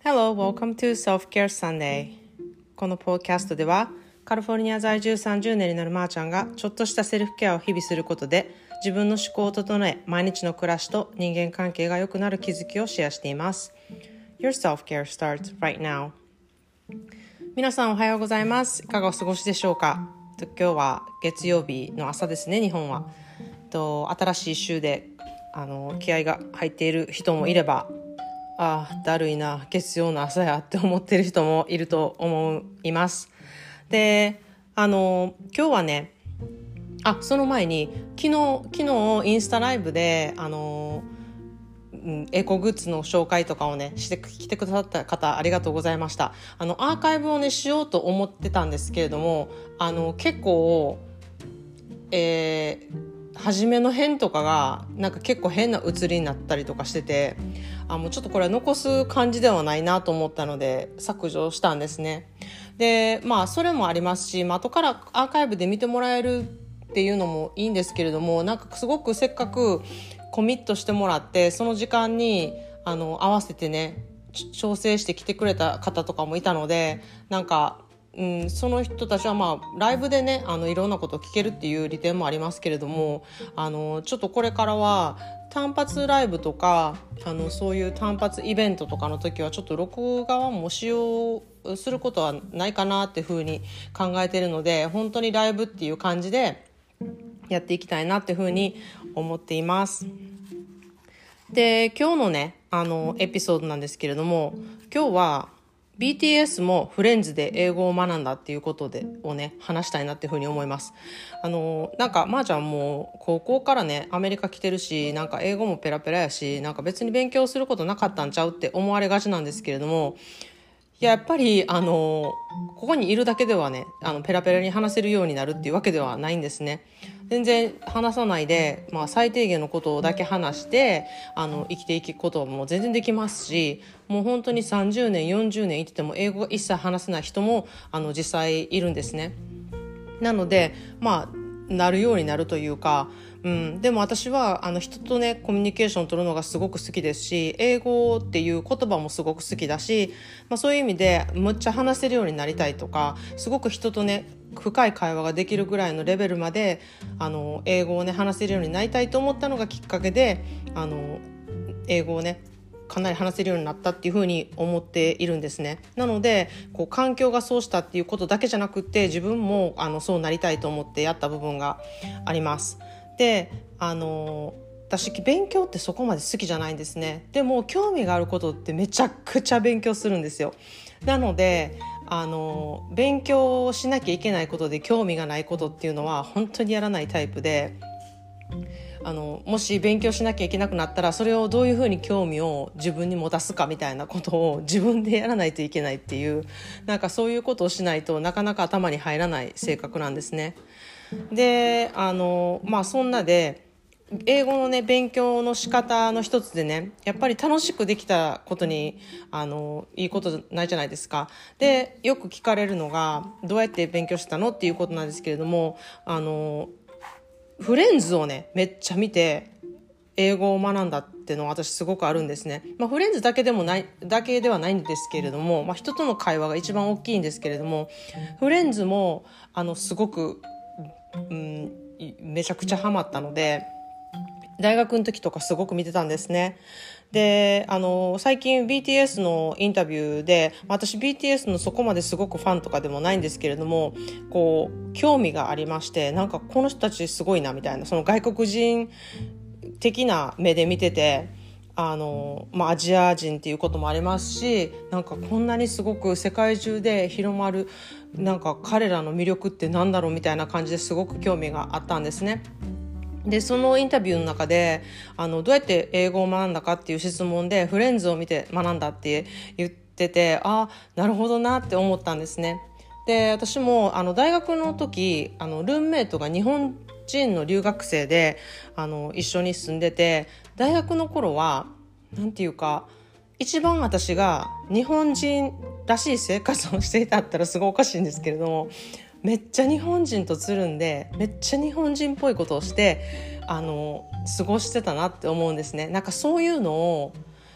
Hello, welcome to Self-Care Sunday. このポッドキャストではカリフォルニア在住30年になるまーちゃんがちょっとしたセルフケアを日々することで自分の思考を整え毎日の暮らしと人間関係が良くなる気づきをシェアしています。Your self-care starts right now. 皆さんおはようございます。いかがお過ごしでしょうか。今日は月曜日の朝ですね、日本は。新しい週で気合が入っている人もいればだるいな月曜の朝やって思ってる人もいると思います。で今日はねその前に昨日インスタライブでエコグッズの紹介とかをねしてきてくださった方ありがとうございました。アーカイブをねしようと思ってたんですけれども結構初めの辺とかがなんか結構変な写りになったりとかしててもうちょっとこれは残す感じではないなと思ったので削除したんですね。でそれもありますし、後からアーカイブで見てもらえるっていうのもいいんですけれども、なんかすごくせっかくコミットしてもらってその時間に合わせてね調整してきてくれた方とかもいたので、なんかその人たちはライブでねいろんなことを聞けるっていう利点もありますけれども、ちょっとこれからは単発ライブとかそういう単発イベントとかの時はちょっと録画も使用することはないかなっていうふうに考えているので、本当にライブっていう感じでやっていきたいなっていうふうに思っています。で今日のねエピソードなんですけれども、今日はBTS もフレンズで英語を学んだっていうことをね話したいなっていうふうに思います。なんかまーちゃんも高校からねアメリカ来てるし、なんか英語もペラペラやし、なんか別に勉強することなかったんちゃうって思われがちなんですけれども、やっぱりここにいるだけではねペラペラに話せるようになるっていうわけではないんですね。全然話さないで、最低限のことだけ話して生きていくことも全然できますし、もう本当に30年40年生きてても英語が一切話せない人も実際いるんですね。なのでなるようになるというか、でも私は人とねコミュニケーションを取るのがすごく好きですし、英語っていう言葉もすごく好きだし、そういう意味でむっちゃ話せるようになりたいとか、すごく人とね深い会話ができるぐらいのレベルまで英語をね話せるようになりたいと思ったのがきっかけで英語をねかなり話せるようになったっていうふうに思っているんですね。なので環境がそうしたっていうことだけじゃなくて、自分もそうなりたいと思ってやった部分があります。で私勉強ってそこまで好きじゃないんですね。でも興味があることってめちゃくちゃ勉強するんですよ。なので勉強しなきゃいけないことで興味がないことっていうのは本当にやらないタイプで、もし勉強しなきゃいけなくなったらそれをどういうふうに興味を自分に持たすかみたいなことを自分でやらないといけないっていう、なんかそういうことをしないとなかなか頭に入らない性格なんですね。でそんなで英語のね勉強の仕方の一つでね、やっぱり楽しくできたことにいいことないじゃないですか。でよく聞かれるのがどうやって勉強したのっていうことなんですけれども、フレンズをねめっちゃ見て英語を学んだっていうのは私すごくあるんですね。フレンズだけではないんですけれども、人との会話が一番大きいんですけれども、フレンズもすごくめちゃくちゃハマったので大学の時とかすごく見てたんですね。で最近 BTS のインタビューで、私 BTS のそこまですごくファンとかでもないんですけれども、興味がありまして、なんかこの人たちすごいなみたいな、その外国人的な目で見ててアジア人っていうこともありますし、なんかこんなにすごく世界中で広まるなんか彼らの魅力ってなんだろうみたいな感じですごく興味があったんですね。でそのインタビューの中でどうやって英語を学んだかっていう質問でフレンズを見て学んだって言ってて、なるほどなって思ったんですね。で私も大学の時ルームメイトが日本人の留学生で一緒に住んでて、大学の頃はなんていうか一番私が日本人らしい生活をしていたったらすごいおかしいんですけれども、めっちゃ日本人とつるんでめっちゃ日本人っぽいことをして過ごしてたなって思うんですね。なんかそういうのを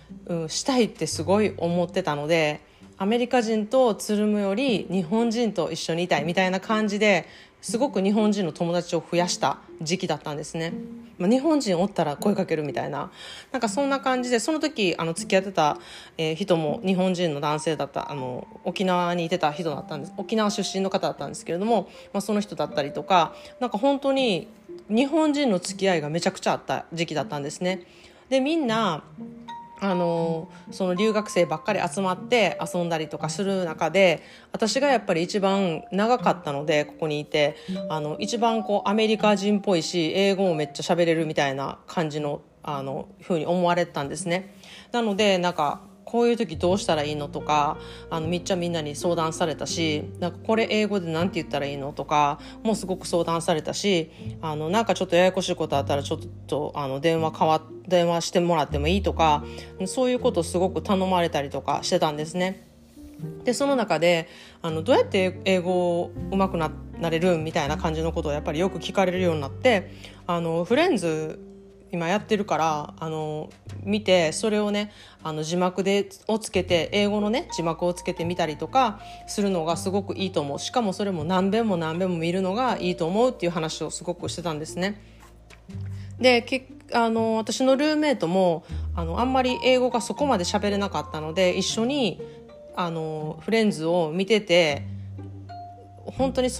したいってすごい思ってたので、アメリカ人とつるむより日本人と一緒にいたいみたいな感じですごく日本人の友達を増やした時期だったんですね。日本人おったら声かけるみたいな、なんかそんな感じで、その時付き合ってた、人も日本人の男性だった、沖縄にいてた人だったんです。沖縄出身の方だったんですけれども、その人だったりとか、なんか本当に日本人の付き合いがめちゃくちゃあった時期だったんですね。でみんなその留学生ばっかり集まって遊んだりとかする中で、私がやっぱり一番長かったので、ここにいて一番アメリカ人っぽいし、英語もめっちゃ喋れるみたいな感じの風に思われてたんですね。なのでなんかこういう時どうしたらいいのとかめっちゃみんなに相談されたし、なんかこれ英語でなんて言ったらいいのとかもうすごく相談されたし、なんかちょっとややこしいことあったらちょっと電話してもらってもいいとか、そういうことをすごく頼まれたりとかしてたんですね。でその中でどうやって英語上手くなれるみたいな感じのことをやっぱりよく聞かれるようになって、フレンズ今やってるから見て、それをね字幕をつけて、英語のね字幕をつけてみたりとかするのがすごくいいと思う。しかもそれも何遍も何遍も見るのがいいと思うっていう話をすごくしてたんですね。で私のルーメイトもあんまり英語がそこまで喋れなかったので、一緒にフレンズを見てて、本当に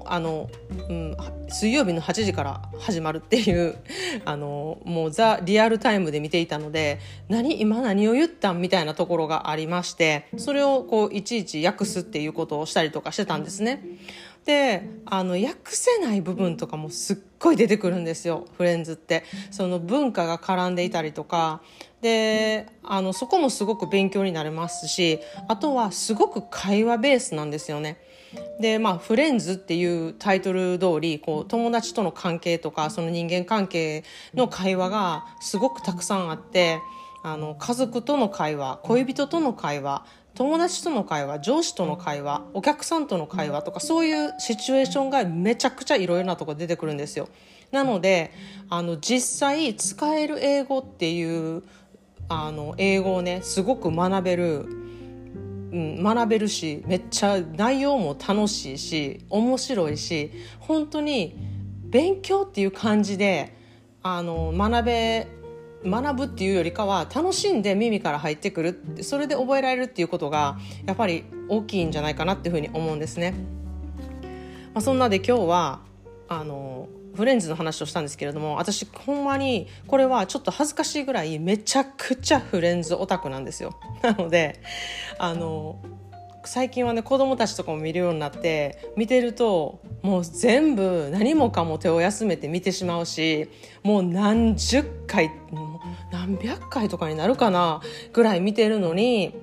水曜日の8時から始まるっていうもうザ・リアルタイムで見ていたので、今何を言ったんみたいなところがありまして、それをいちいち訳すっていうことをしたりとかしてたんですね。で訳せない部分とかもすっごい出てくるんですよ、フレンズって。その文化が絡んでいたりとかでそこもすごく勉強になりますし、あとはすごく会話ベースなんですよね。でフレンズっていうタイトル通り友達との関係とかその人間関係の会話がすごくたくさんあって、家族との会話、恋人との会話、友達との会話、上司との会話、お客さんとの会話とか、そういうシチュエーションがめちゃくちゃいろいろなところ出てくるんですよ。なので実際使える英語っていう英語をねすごく学べるし、めっちゃ内容も楽しいし面白いし、本当に勉強っていう感じで学ぶっていうよりかは楽しんで耳から入ってくる、それで覚えられるっていうことがやっぱり大きいんじゃないかなっていうふうに思うんですね。そんなで今日はフレンズの話をしたんですけれども、私ほんまにこれはちょっと恥ずかしいぐらいめちゃくちゃフレンズオタクなんですよ。なので最近はね子供たちとかも見るようになって、見てるともう全部何もかも手を休めて見てしまうし、もう何十回何百回とかになるかなぐらい見てるのに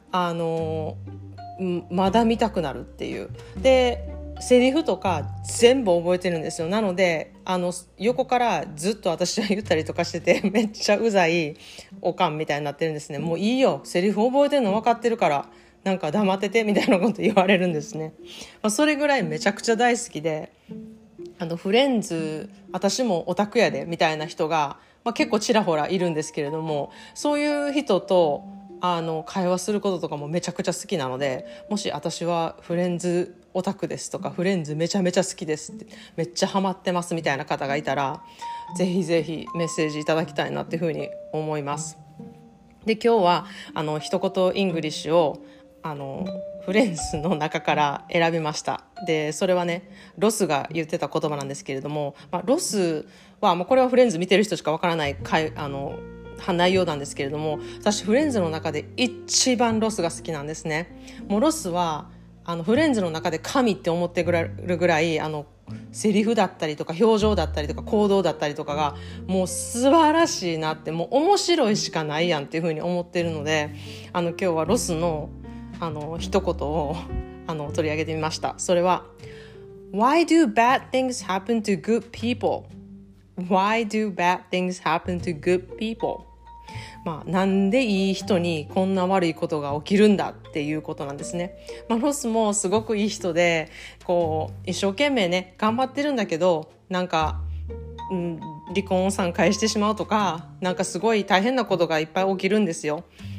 まだ見たくなるっていう。でセリフとか全部覚えてるんですよ。なので横からずっと私は言ったりとかしてて、めっちゃうざいおかんみたいになってるんですね。もういいよ、セリフ覚えてるの分かってるからなんか黙っててみたいなこと言われるんですね。それぐらいめちゃくちゃ大好きで、フレンズ私もオタクやでみたいな人が、結構ちらほらいるんですけれども、そういう人と会話することとかもめちゃくちゃ好きなので、もし私はフレンズオタクですとかフレンズめちゃめちゃ好きですってめっちゃハマってますみたいな方がいたら、ぜひぜひメッセージいただきたいなっていうふうに思います。で今日は一言イングリッシュをフレンズの中から選びました。でそれはねロスが言ってた言葉なんですけれども、ロスはこれはフレンズ見てる人しかわからない内容なんですけれども、私フレンズの中で一番ロスが好きなんですね。もうロスはフレンズの中で神って思ってるぐらいセリフだったりとか表情だったりとか行動だったりとかがもう素晴らしいなって、もう面白いしかないやんっていう風に思ってるので、今日はロスの一言を取り上げてみました。それは Why do bad things happen to good people? Why do bad things happen to good people? なんでいい人にこんな悪いことが起きるんだっていうことなんですね。ロスもすごくいい人で一生懸命ね頑張ってるんだけど、なんか、離婚を3回してしまうとか、なんかすごい大変なことがいっぱい起きるんですよ。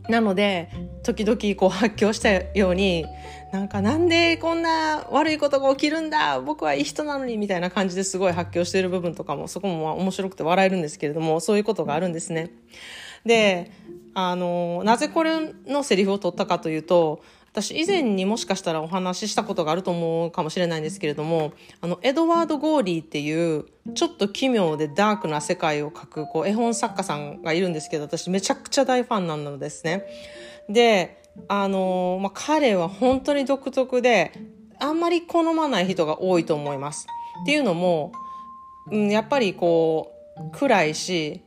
なので時々こう発狂したようになんでこんな悪いことが起きるんだ、僕はいい人なのにみたいな感じですごい発狂している部分とかも、そこもまあ面白くて笑えるんですけれども、そういうことがあるんですね。でなぜこれのセリフを取ったかというと、私以前にもしかしたらお話ししたことがあると思うかもしれないんですけれども、エドワード・ゴーリーっていうちょっと奇妙でダークな世界を描くこう絵本作家さんがいるんですけど、私めちゃくちゃ大ファンなのですね。で彼は本当に独特で、あんまり好まない人が多いと思います。っていうのも、やっぱりこう暗いし、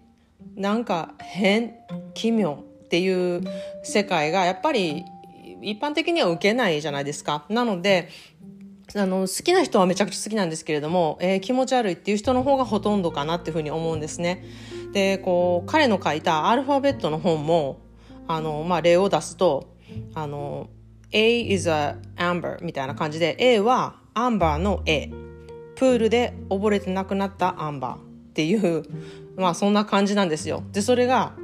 奇妙っていう世界がやっぱり一般的には受けないじゃないですか。なので好きな人はめちゃくちゃ好きなんですけれども、気持ち悪いっていう人の方がほとんどかなっていうふうに思うんですね。でこう彼の書いたアルファベットの本も例を出すとA is a amber みたいな感じで、 A はアンバーの A、 プールで溺れて亡くなったアンバーっていうそんな感じなんですよ。でそれが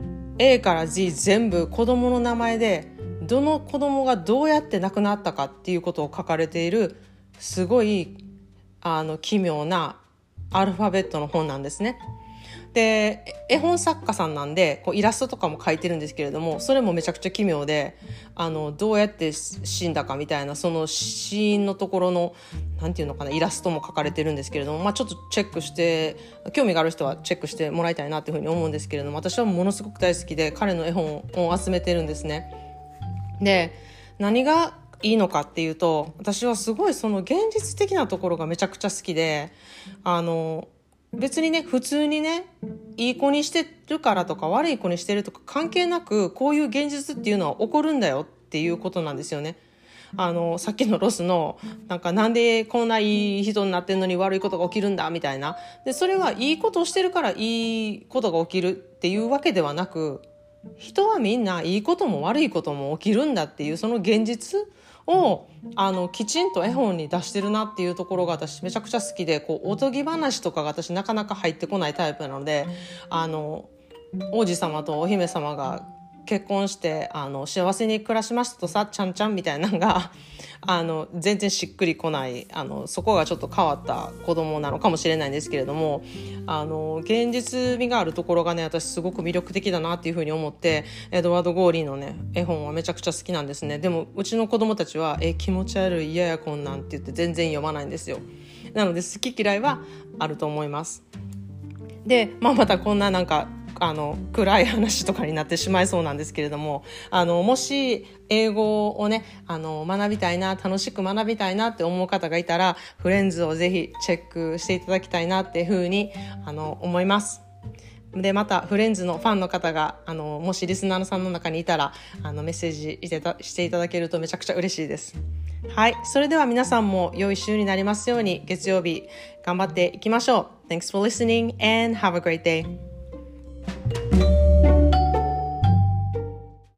A から Z 全部子供の名前で、どの子供がどうやって亡くなったかっていうことを書かれている、すごい奇妙なアルファベットの本なんですね。で絵本作家さんなんでこうイラストとかも描いてるんですけれども、それもめちゃくちゃ奇妙で、どうやって死んだかみたいな、その死因のところのなんていうのかな、イラストも描かれてるんですけれども、ちょっとチェックして、興味がある人はチェックしてもらいたいなっていうふうに思うんですけれども、私はものすごく大好きで彼の絵本を集めてるんですね。で何がいいのかっていうと、私はすごいその現実的なところがめちゃくちゃ好きで、別にね、普通にね、いい子にしてるからとか悪い子にしてるとか関係なく、こういう現実っていうのは起こるんだよっていうことなんですよね。さっきのロスのなんでこんないい人になってんのに悪いことが起きるんだみたいな。でそれはいいことをしてるからいいことが起きるっていうわけではなく、人はみんないいことも悪いことも起きるんだっていう、その現実をきちんと絵本に出してるなっていうところが私めちゃくちゃ好きで、こうおとぎ話とかが私なかなか入ってこないタイプなので、王子様とお姫様が結婚して幸せに暮らしましたとさ、ちゃんちゃんみたいなのが全然しっくりこない、そこがちょっと変わった子供なのかもしれないんですけれども、現実味があるところがね、私すごく魅力的だなっていうふうに思って、エドワード・ゴーリーのね絵本はめちゃくちゃ好きなんですね。でもうちの子供たちは気持ち悪い、嫌やこんなんって言って全然読まないんですよ。なので好き嫌いはあると思います。で、またこんな暗い話とかになってしまいそうなんですけれども、もし英語をね学びたいな、楽しく学びたいなって思う方がいたら、フレンズをぜひチェックしていただきたいなっていうふうに思います。でまたフレンズのファンの方がもしリスナーさんの中にいたらメッセージしていただけるとめちゃくちゃ嬉しいです。はい、それでは皆さんも良い週になりますように、月曜日頑張っていきましょう。Thanks for listening and have a great day.